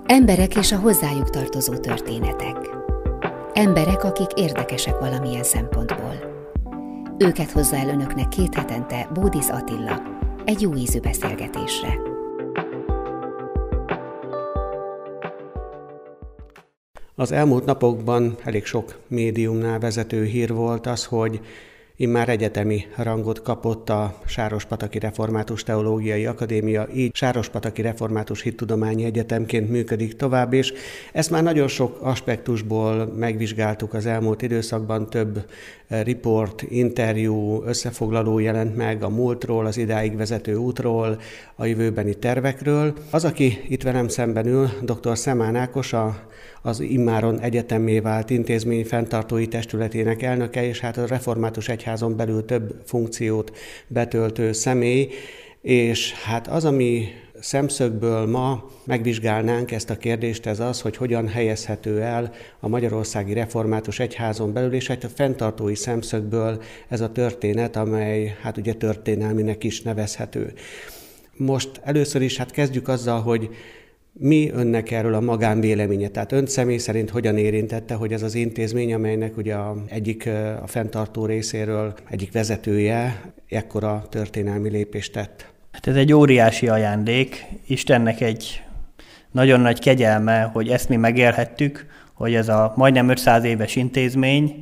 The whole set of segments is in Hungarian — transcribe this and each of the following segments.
Emberek és a hozzájuk tartozó történetek. Emberek, akik érdekesek valamilyen szempontból. Őket hozza el önöknek 2 hetente Bódisz Attila egy jó ízű beszélgetésre. Az elmúlt napokban elég sok médiumnál vezető hír volt az, hogy immár egyetemi rangot kapott a Sárospataki Református Teológiai Akadémia, így Sárospataki Református Hittudományi Egyetemként működik tovább, és ezt már nagyon sok aspektusból megvizsgáltuk az elmúlt időszakban, több riport, interjú, összefoglaló jelent meg a múltról, az idáig vezető útról, a jövőbeni tervekről. Az, aki itt velem szemben ül, dr. Szemán Ákos, az immáron egyetemmé vált intézmény fenntartói testületének elnöke, és hát a református egyházon belül több funkciót betöltő személy, és hát az, ami szemszögből ma megvizsgálnánk ezt a kérdést, ez az, hogy hogyan helyezhető el a Magyarországi Református Egyházon belül, és hát a fenntartói szemszögből ez a történet, amely hát ugye történelminek is nevezhető. Most először is hát kezdjük azzal, hogy mi önnek erről a magánvéleménye? Tehát ön személy szerint hogyan érintette, hogy ez az intézmény, amelynek ugye a fenntartó részéről egyik vezetője ekkora történelmi lépést tett? Hát ez egy óriási ajándék. Istennek egy nagyon nagy kegyelme, hogy ezt mi megélhettük, hogy ez a majdnem 500 éves intézmény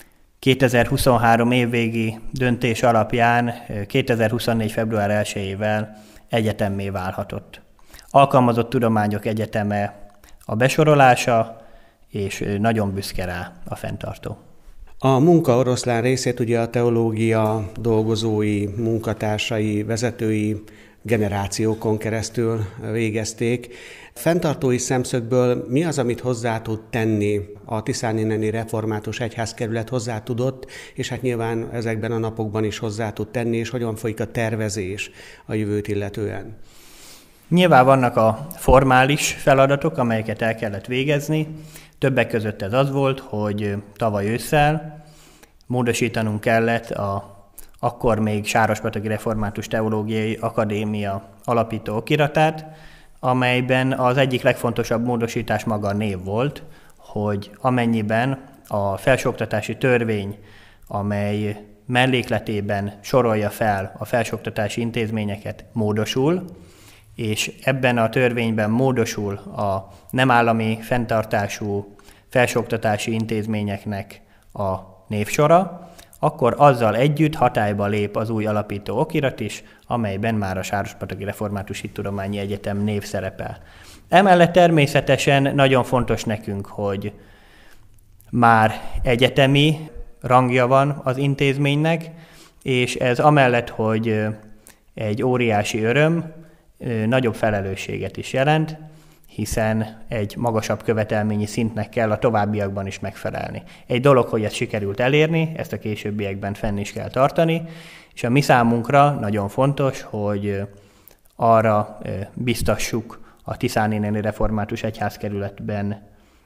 2023 évvégi döntés alapján 2024. február 1-ével egyetemmé válhatott. Alkalmazott Tudományok Egyeteme a besorolása, és nagyon büszke rá a fenntartó. A munka oroszlán részét ugye a teológia dolgozói, munkatársai, vezetői generációkon keresztül végezték. Fenntartói szemszögből mi az, amit hozzá tud tenni a Tiszáninneni Református Egyházkerület hozzá tudott, és hát nyilván ezekben a napokban is hozzá tud tenni, és hogyan folyik a tervezés a jövőt illetően? Nyilván vannak a formális feladatok, amelyeket el kellett végezni. Többek között ez az volt, hogy tavaly ősszel módosítanunk kellett akkor még Sárospataki Református Teológiai Akadémia alapító okiratát, amelyben az egyik legfontosabb módosítás maga a név volt, hogy amennyiben a felsőoktatási törvény, amely mellékletében sorolja fel a felsőoktatási intézményeket, módosul, és ebben a törvényben módosul a nem állami fenntartású felsőoktatási intézményeknek a névsora, akkor azzal együtt hatályba lép az új alapító okirat is, amelyben már a Sárospataki Református Hittudományi Egyetem név szerepel. Emellett természetesen nagyon fontos nekünk, hogy már egyetemi rangja van az intézménynek, és ez amellett, hogy egy óriási öröm, nagyobb felelősséget is jelent, hiszen egy magasabb követelményi szintnek kell a továbbiakban is megfelelni. Egy dolog, hogy ezt sikerült elérni, ezt a későbbiekben fenn is kell tartani, és a mi számunkra nagyon fontos, hogy arra biztassuk a Tiszáninneni Református Egyházkerületben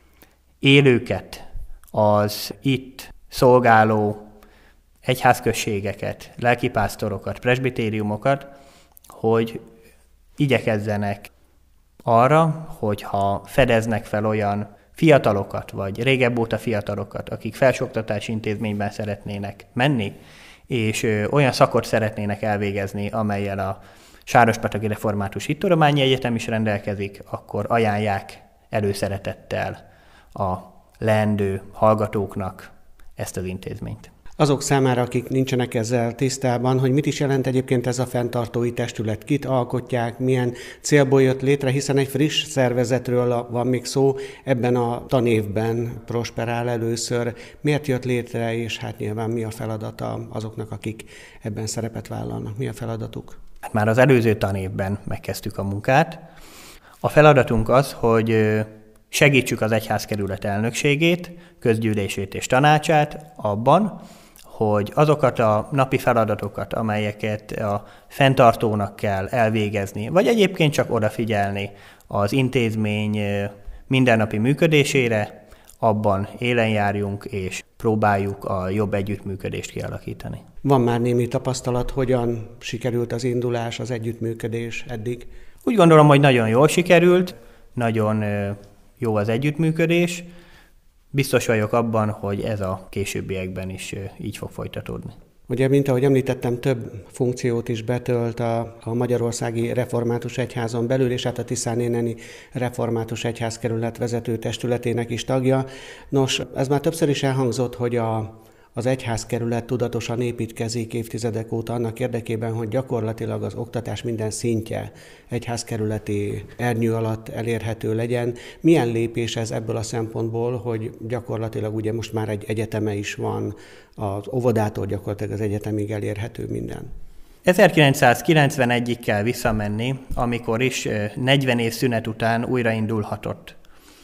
élőket, az itt szolgáló egyházközségeket, lelkipásztorokat, presbitériumokat, hogy igyekezzenek arra, hogyha fedeznek fel olyan fiatalokat, vagy régebb óta fiatalokat, akik felsőoktatási intézményben szeretnének menni, és olyan szakot szeretnének elvégezni, amellyel a Sárospataki Református Hittudományi Egyetem is rendelkezik, akkor ajánlják előszeretettel a leendő hallgatóknak ezt az intézményt. Azok számára, akik nincsenek ezzel tisztában, hogy mit is jelent egyébként ez a fenntartói testület, kit alkotják, milyen célból jött létre, hiszen egy friss szervezetről van még szó, ebben a tanévben prosperál először. Miért jött létre, és hát nyilván mi a feladata azoknak, akik ebben szerepet vállalnak? Mi a feladatuk? Hát már az előző tanévben megkezdtük a munkát. A feladatunk az, hogy segítsük az egyházkerület elnökségét, közgyűlését és tanácsát abban, hogy azokat a napi feladatokat, amelyeket a fenntartónak kell elvégezni, vagy egyébként csak odafigyelni az intézmény mindennapi működésére, abban élen járjunk, és próbáljuk a jobb együttműködést kialakítani. Van már némi tapasztalat, hogyan sikerült az indulás, az együttműködés eddig? Úgy gondolom, hogy nagyon jól sikerült. nagyon jó az együttműködés. Biztos vagyok abban, hogy ez a későbbiekben is így fog folytatódni. Ugye, mint ahogy említettem, több funkciót is betölt a Magyarországi Református Egyházon belül, és hát a Tiszánéneni Református Egyházkerület vezető testületének is tagja. Nos, ez már többször is elhangzott, hogy az egyházkerület tudatosan építkezik évtizedek óta annak érdekében, hogy gyakorlatilag az oktatás minden szintje egyházkerületi ernyő alatt elérhető legyen. Milyen lépés ez ebből a szempontból, hogy gyakorlatilag ugye most már egy egyeteme is van, az óvodától gyakorlatilag az egyetemig elérhető minden? 1991-ig kell visszamenni, amikor is 40 év szünet után újraindulhatott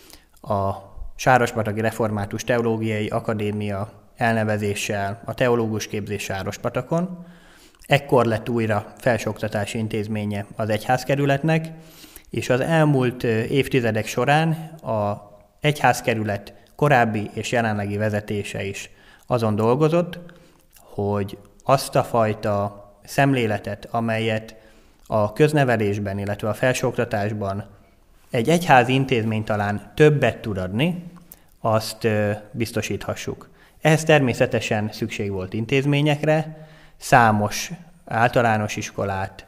a Sárospataki Református Teológiai Akadémia elnevezéssel a teológus képzés Sárospatakon. Ekkor lett újra felsőoktatási intézménye az egyházkerületnek, és az elmúlt évtizedek során az egyházkerület korábbi és jelenlegi vezetése is azon dolgozott, hogy azt a fajta szemléletet, amelyet a köznevelésben, illetve a felsőoktatásban egy egyházi intézmény talán többet tud adni, azt biztosíthassuk. Ehhez természetesen szükség volt intézményekre, számos általános iskolát,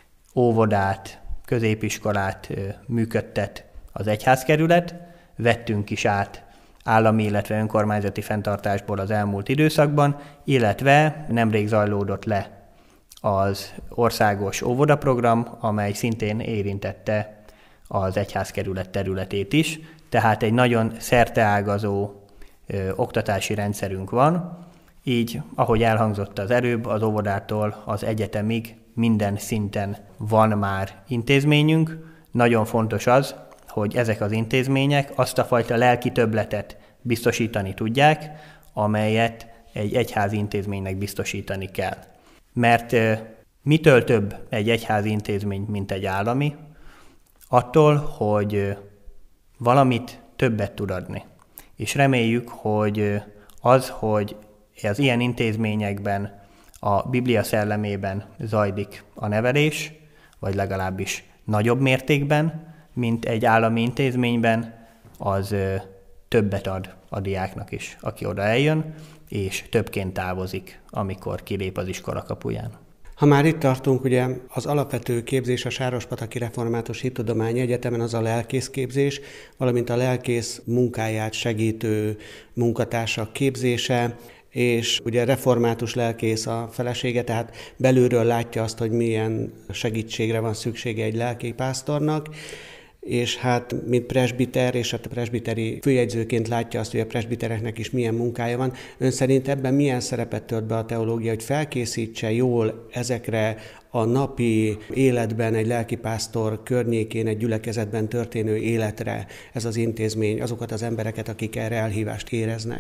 óvodát, középiskolát működtet az egyházkerület, vettünk is át állami, illetve önkormányzati fenntartásból az elmúlt időszakban, illetve nemrég zajlódott le az országos óvodaprogram, amely szintén érintette az egyházkerület területét is, tehát egy nagyon szerteágazó oktatási rendszerünk van, így, ahogy elhangzott az előbb, az óvodától az egyetemig minden szinten van már intézményünk. Nagyon fontos az, hogy ezek az intézmények azt a fajta lelki többletet biztosítani tudják, amelyet egy egyházi intézménynek biztosítani kell. Mert mitől több egy egyházi intézmény, mint egy állami? Attól, hogy valamit többet tud adni. És reméljük, hogy hogy az ilyen intézményekben a Biblia szellemében zajlik a nevelés, vagy legalábbis nagyobb mértékben, mint egy állami intézményben, az többet ad a diáknak is, aki oda eljön, és többként távozik, amikor kilép az iskola kapuján. Ha már itt tartunk, ugye az alapvető képzés a Sárospataki Református Hittudományi Egyetemen az a lelkészképzés, valamint a lelkész munkáját segítő munkatársak képzése, és ugye református lelkész a felesége, tehát belülről látja azt, hogy milyen segítségre van szüksége egy lelkipásztornak, és hát mint presbiter, és a presbiteri főjegyzőként látja azt, hogy a presbitereknek is milyen munkája van. Ön szerint ebben milyen szerepet tölt be a teológia, hogy felkészítse jól ezekre a napi életben, egy lelkipásztor környékén, egy gyülekezetben történő életre ez az intézmény, azokat az embereket, akik erre elhívást éreznek?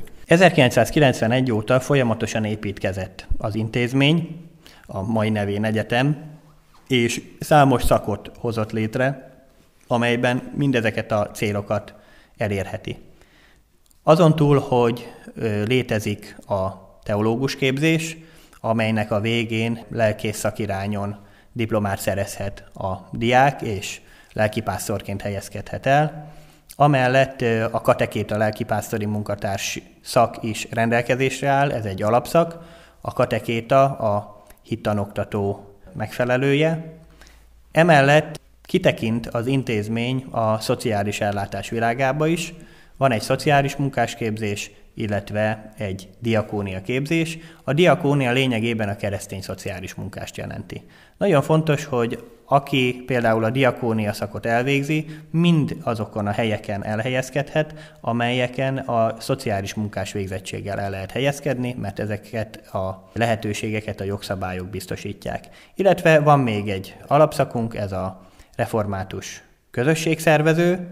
1991 óta folyamatosan építkezett az intézmény, a mai nevén egyetem, és számos szakot hozott létre, amelyben mindezeket a célokat elérheti. Azon túl, hogy létezik a teológus képzés, amelynek a végén lelkész szakirányon diplomát szerezhet a diák, és lelkipásztorként helyezkedhet el. Amellett a katekéta lelkipásztori munkatárs szak is rendelkezésre áll, ez egy alapszak. A katekéta a hittanoktató megfelelője. Emellett kitekint az intézmény a szociális ellátás világába is. Van egy szociális munkásképzés, illetve egy diakónia képzés. A diakónia lényegében a keresztény szociális munkást jelenti. Nagyon fontos, hogy aki például a diakónia szakot elvégzi, mind azokon a helyeken elhelyezkedhet, amelyeken a szociális munkás végzettséggel el lehet helyezkedni, mert ezeket a lehetőségeket a jogszabályok biztosítják. Illetve van még egy alapszakunk, ez a református közösségszervező,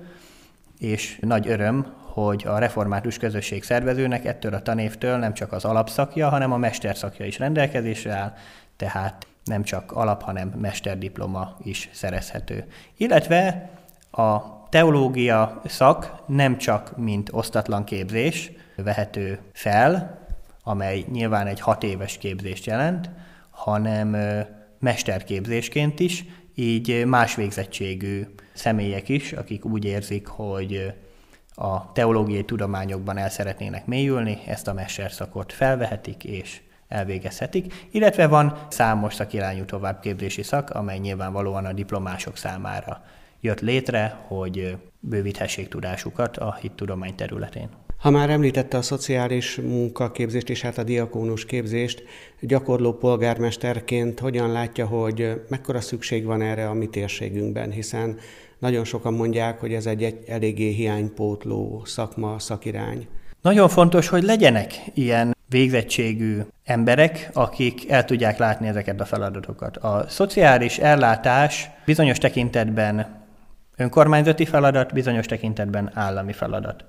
és nagy öröm, hogy a református közösségszervezőnek ettől a tanévtől nem csak az alapszakja, hanem a mesterszakja is rendelkezésre áll, tehát nem csak alap, hanem mesterdiploma is szerezhető. Illetve a teológia szak nem csak mint osztatlan képzés vehető fel, amely nyilván egy 6 éves képzést jelent, hanem mesterképzésként is, így más végzettségű személyek is, akik úgy érzik, hogy a teológiai tudományokban el szeretnének mélyülni, ezt a mesterszakot felvehetik és elvégezhetik, illetve van számos szakirányú továbbképzési szak, amely nyilvánvalóan a diplomások számára jött létre, hogy bővíthessék tudásukat a hittudomány területén. Ha már említette a szociális munkaképzést és hát a diakónus képzést, gyakorló polgármesterként hogyan látja, hogy mekkora szükség van erre a mi térségünkben, hiszen nagyon sokan mondják, hogy ez egy eléggé hiánypótló szakma, szakirány. Nagyon fontos, hogy legyenek ilyen végzettségű emberek, akik el tudják látni ezeket a feladatokat. A szociális ellátás bizonyos tekintetben önkormányzati feladat, bizonyos tekintetben állami feladat.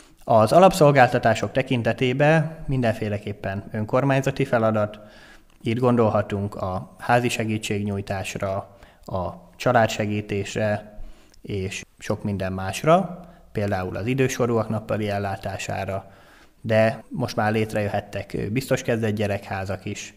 Az alapszolgáltatások tekintetében mindenféleképpen önkormányzati feladat, itt gondolhatunk a házi segítségnyújtásra, a családsegítésre és sok minden másra, például az időskorúak nappali ellátására, de most már létrejöhettek biztos kezdett gyerekházak is,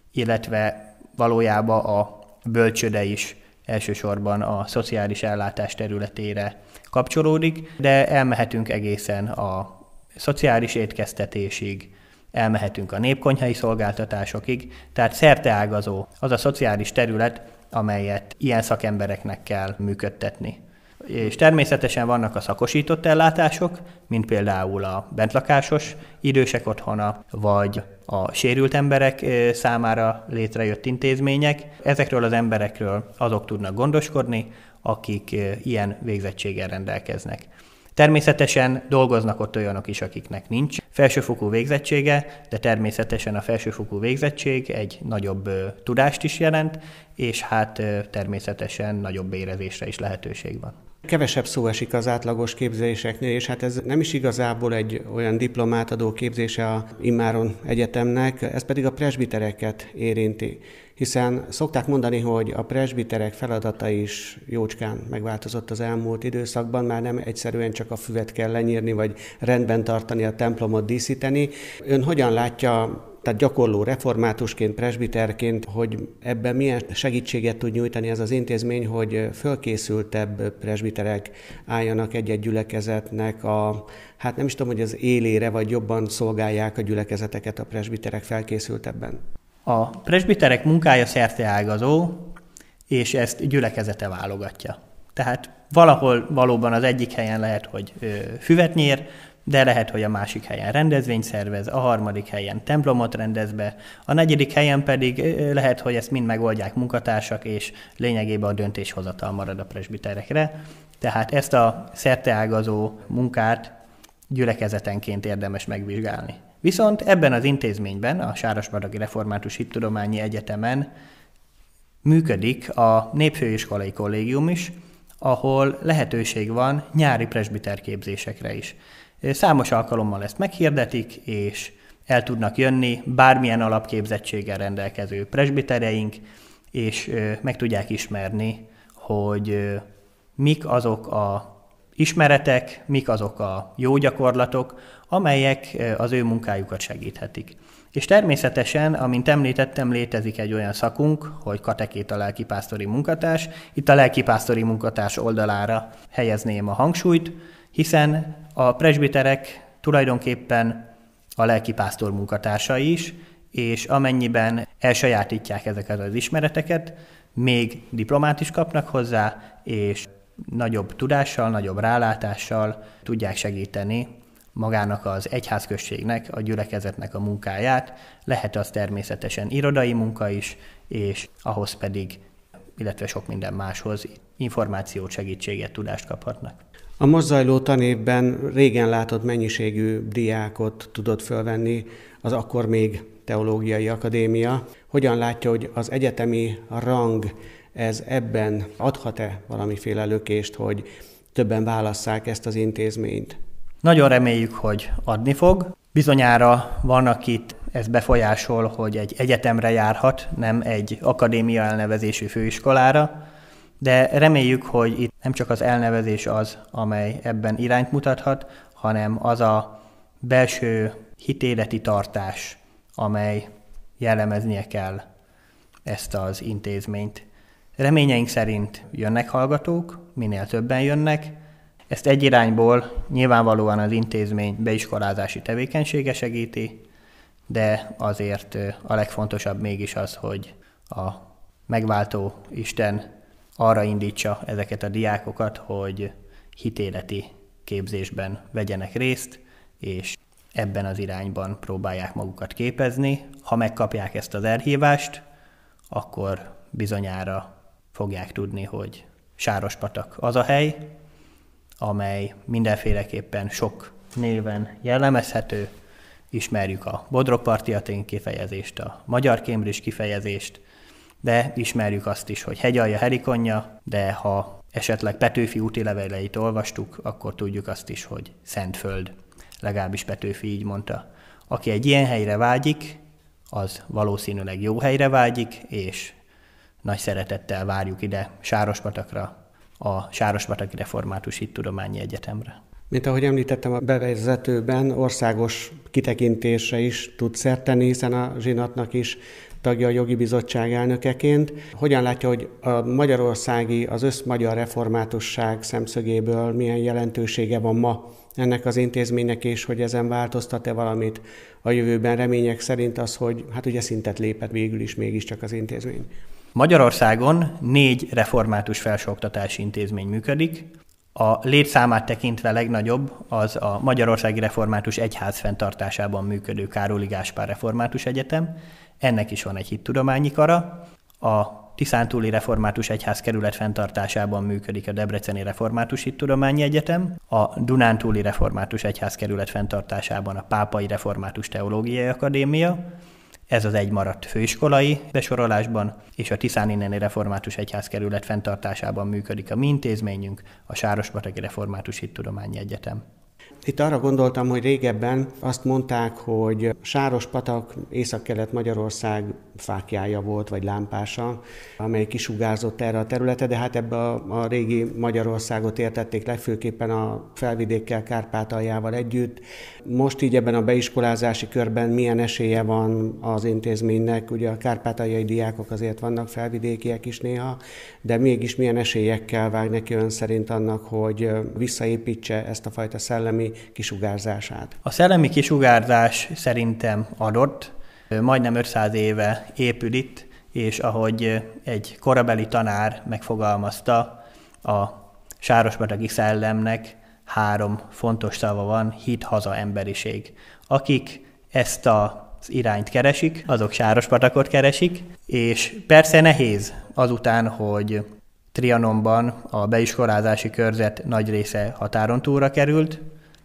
illetve valójában a bölcsőde is elsősorban a szociális ellátás területére kapcsolódik, de elmehetünk egészen a szociális étkeztetésig, elmehetünk a népkonyhai szolgáltatásokig, tehát szerteágazó az a szociális terület, amelyet ilyen szakembereknek kell működtetni. És természetesen vannak a szakosított ellátások, mint például a bentlakásos idősek otthona, vagy a sérült emberek számára létrejött intézmények. Ezekről az emberekről azok tudnak gondoskodni, akik ilyen végzettséggel rendelkeznek. Természetesen dolgoznak ott olyanok is, akiknek nincs felsőfokú végzettsége, de természetesen a felsőfokú végzettség egy nagyobb tudást is jelent, és hát természetesen nagyobb bérezésre is lehetőség van. Kevesebb szó esik az átlagos képzéseknél, és hát ez nem is igazából egy olyan diplomát adó képzése a immáron egyetemnek, ez pedig a presbitereket érinti. Hiszen szokták mondani, hogy a presbiterek feladata is jócskán megváltozott az elmúlt időszakban, már nem egyszerűen csak a füvet kell lenyírni, vagy rendben tartani, a templomot díszíteni. Ön hogyan látja, tehát gyakorló reformátusként, presbiterként, hogy ebben milyen segítséget tud nyújtani ez az intézmény, hogy fölkészültebb presbiterek álljanak egy-egy gyülekezetnek hát nem is tudom, hogy az élére, vagy jobban szolgálják a gyülekezeteket a presbiterek felkészültebben? A presbiterek munkája szerteágazó, és ezt gyülekezete válogatja. Tehát valahol valóban az egyik helyen lehet, hogy füvet nyír, de lehet, hogy a másik helyen rendezvényt szervez, a harmadik helyen templomot rendez be, a negyedik helyen pedig lehet, hogy ezt mind megoldják munkatársak, és lényegében a döntéshozatal marad a presbiterekre. Tehát ezt a szerteágazó munkát gyülekezetenként érdemes megvizsgálni. Viszont ebben az intézményben, a Sárospataki Református Hittudományi Egyetemen működik a Népfőiskolai Kollégium is, ahol lehetőség van nyári presbiterképzésekre is. Számos alkalommal ezt meghirdetik, és el tudnak jönni bármilyen alapképzettséggel rendelkező presbitereink, és meg tudják ismerni, hogy mik azok a ismeretek, mik azok a jó gyakorlatok, amelyek az ő munkájukat segíthetik. És természetesen, amint említettem, létezik egy olyan szakunk, hogy katekéta lelkipásztori munkatárs. Itt a lelkipásztori munkatárs oldalára helyezném a hangsúlyt, hiszen a presbiterek tulajdonképpen a lelkipásztor munkatársai is, és amennyiben elsajátítják ezeket az ismereteket, még diplomát is kapnak hozzá, és nagyobb tudással, nagyobb rálátással tudják segíteni magának az egyházközségnek, a gyülekezetnek a munkáját. Lehet az természetesen irodai munka is, és ahhoz pedig, illetve sok minden máshoz információt, segítséget, tudást kaphatnak. A most zajló tanévben régen látott mennyiségű diákot tudott fölvenni az akkor még Teológiai Akadémia. Hogyan látja, hogy az egyetemi rang ez ebben adhat-e valamiféle lökést, hogy többen válasszák ezt az intézményt? Nagyon reméljük, hogy adni fog. Bizonyára van, akit ez befolyásol, hogy egy egyetemre járhat, nem egy akadémia elnevezésű főiskolára, de reméljük, hogy itt nem csak az elnevezés az, amely ebben irányt mutathat, hanem az a belső hitéleti tartás, amely jellemeznie kell ezt az intézményt. Reményeink szerint jönnek hallgatók, minél többen jönnek. Ezt egy irányból nyilvánvalóan az intézmény beiskolázási tevékenysége segíti, de azért a legfontosabb mégis az, hogy a megváltó Isten arra indítsa ezeket a diákokat, hogy hitéleti képzésben vegyenek részt, és ebben az irányban próbálják magukat képezni. Ha megkapják ezt az elhívást, akkor bizonyára fogják tudni, hogy Sárospatak az a hely, amely mindenféleképpen sok néven jellemezhető. Ismerjük a Bodrogparti Atén kifejezést, a magyar Cambridge kifejezést, de ismerjük azt is, hogy Hegyalja Helikonja, de ha esetleg Petőfi útileveleit olvastuk, akkor tudjuk azt is, hogy Szentföld. Legalábbis Petőfi így mondta. Aki egy ilyen helyre vágyik, az valószínűleg jó helyre vágyik, és nagy szeretettel várjuk ide Sárospatakra, a Sárospataki Református Hittudományi Egyetemre. Mint ahogy említettem a bevezetőben, országos kitekintésre is tud szert tenni, hiszen a zsinatnak is tagja a jogi bizottság elnökeként. Hogyan látja, hogy a magyarországi, az összmagyar reformátusság szemszögéből milyen jelentősége van ma ennek az intézménynek, és hogy ezen változtat-e valamit a jövőben? Remények szerint az, hogy hát ugye szintet lépett végül is mégiscsak az intézmény. Magyarországon 4 református felsőoktatási intézmény működik. A létszámát tekintve legnagyobb az a Magyarországi Református Egyház fenntartásában működő Károli Gáspár Református Egyetem. Ennek is van egy hittudományi kara. A Tiszántúli Református Egyház kerület fenntartásában működik a Debreceni Református Hittudományi Egyetem. A Dunántúli Református Egyház kerület fenntartásában a Pápai Református Teológiai Akadémia. Ez az egy maradt főiskolai besorolásban, és a Tiszáninneni Református Egyház kerület fenntartásában működik a mi intézményünk, a Sárospataki Református Hittudományi Egyetem. Itt arra gondoltam, hogy régebben azt mondták, hogy Sárospatak Észak-Kelet-Magyarország fáklyája volt, vagy lámpása, amely kisugárzott erre a területre, de hát ebbe a régi Magyarországot értették legfőképpen a felvidékkel, Kárpátaljával együtt. Most így ebben a beiskolázási körben milyen esélye van az intézménynek? Ugye a kárpátaljai diákok azért vannak, felvidékiek is néha, de mégis milyen esélyekkel vág neki ön szerint annak, hogy visszaépítse ezt a fajta szellemi kisugárzását? A szellemi kisugárzás szerintem adott, majdnem 500 éve épül itt, és ahogy egy korabeli tanár megfogalmazta, a sárospataki szellemnek 3 fontos szava van: hit, haza, emberiség. Akik ezt az irányt keresik, azok Sárospatakot keresik, és persze nehéz azután, hogy Trianonban a beiskolázási körzet nagy része határon túlra került,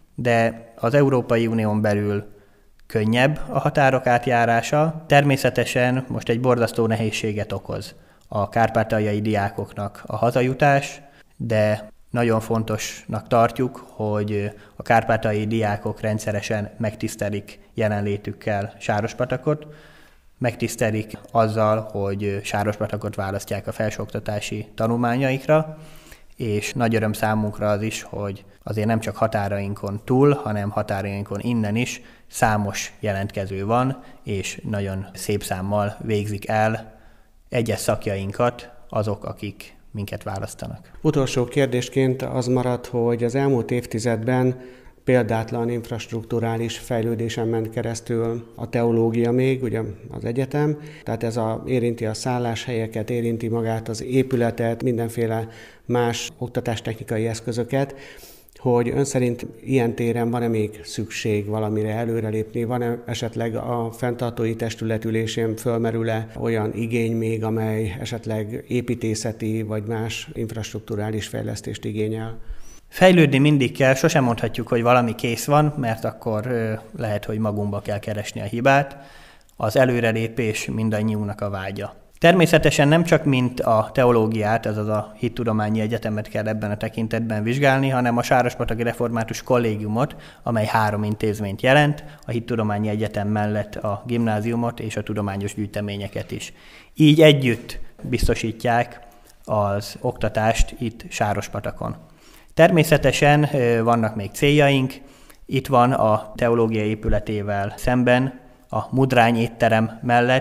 de az Európai Unión belül könnyebb a határok átjárása. Természetesen most egy borzasztó nehézséget okoz a kárpátaljai diákoknak a hazajutás, de nagyon fontosnak tartjuk, hogy a kárpátaljai diákok rendszeresen megtisztelik jelenlétükkel Sárospatakot, megtisztelik azzal, hogy Sárospatakot választják a felsőoktatási tanulmányaikra, és nagy öröm számunkra az is, hogy azért nem csak határainkon túl, hanem határainkon innen is számos jelentkező van, és nagyon szép számmal végzik el egyes szakjainkat azok, akik minket választanak. Utolsó kérdésként az maradt, hogy az elmúlt évtizedben példátlan infrastrukturális fejlődésen ment keresztül a teológia még, ugye az egyetem, tehát ez érinti a szálláshelyeket, érinti magát az épületet, mindenféle más oktatástechnikai eszközöket, hogy ön szerint ilyen téren van-e még szükség valamire előrelépni, van-e esetleg a fenntartói testület ülésén fölmerül-e olyan igény még, amely esetleg építészeti vagy más infrastrukturális fejlesztést igényel? Fejlődni mindig kell, sosem mondhatjuk, hogy valami kész van, mert akkor lehet, hogy magunkba kell keresni a hibát. Az előrelépés mindannyiunknak a vágya. Természetesen nem csak mint a teológiát, azaz a Hittudományi Egyetemet kell ebben a tekintetben vizsgálni, hanem a Sárospataki Református Kollégiumot, amely 3 intézményt jelent, a Hittudományi Egyetem mellett a gimnáziumot és a tudományos gyűjteményeket is. Így együtt biztosítják az oktatást itt Sárospatakon. Természetesen vannak még céljaink, itt van a teológia épületével szemben, a Mudrány étterem mellett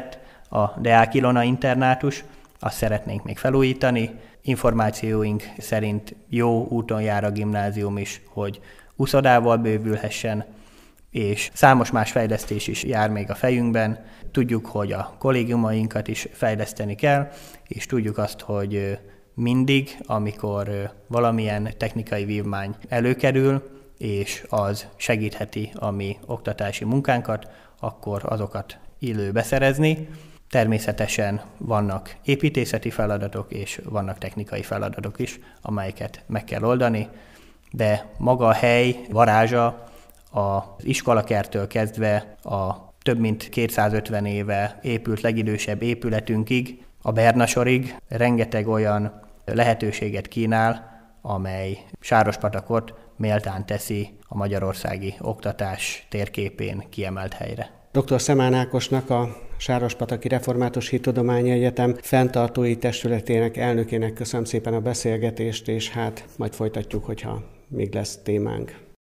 a Deák Ilona internátus, azt szeretnénk még felújítani. Információink szerint jó úton jár a gimnázium is, hogy uszodával bővülhessen, és számos más fejlesztés is jár még a fejünkben. Tudjuk, hogy a kollégiumainkat is fejleszteni kell, és tudjuk azt, hogy mindig, amikor valamilyen technikai vívmány előkerül, és az segítheti a mi oktatási munkánkat, akkor azokat illő beszerezni. Természetesen vannak építészeti feladatok, és vannak technikai feladatok is, amelyeket meg kell oldani, de maga a hely varázsa az iskolakerttől kezdve a több mint 250 éve épült legidősebb épületünkig, a Bernasorig rengeteg olyan lehetőséget kínál, amely Sárospatakot méltán teszi a magyarországi oktatás térképén kiemelt helyre. Dr. Szemán Ákosnak, a Sárospataki Református Hittudományi Egyetem fenntartói testületének elnökének köszönöm szépen a beszélgetést, és hát majd folytatjuk, hogyha még lesz témánk.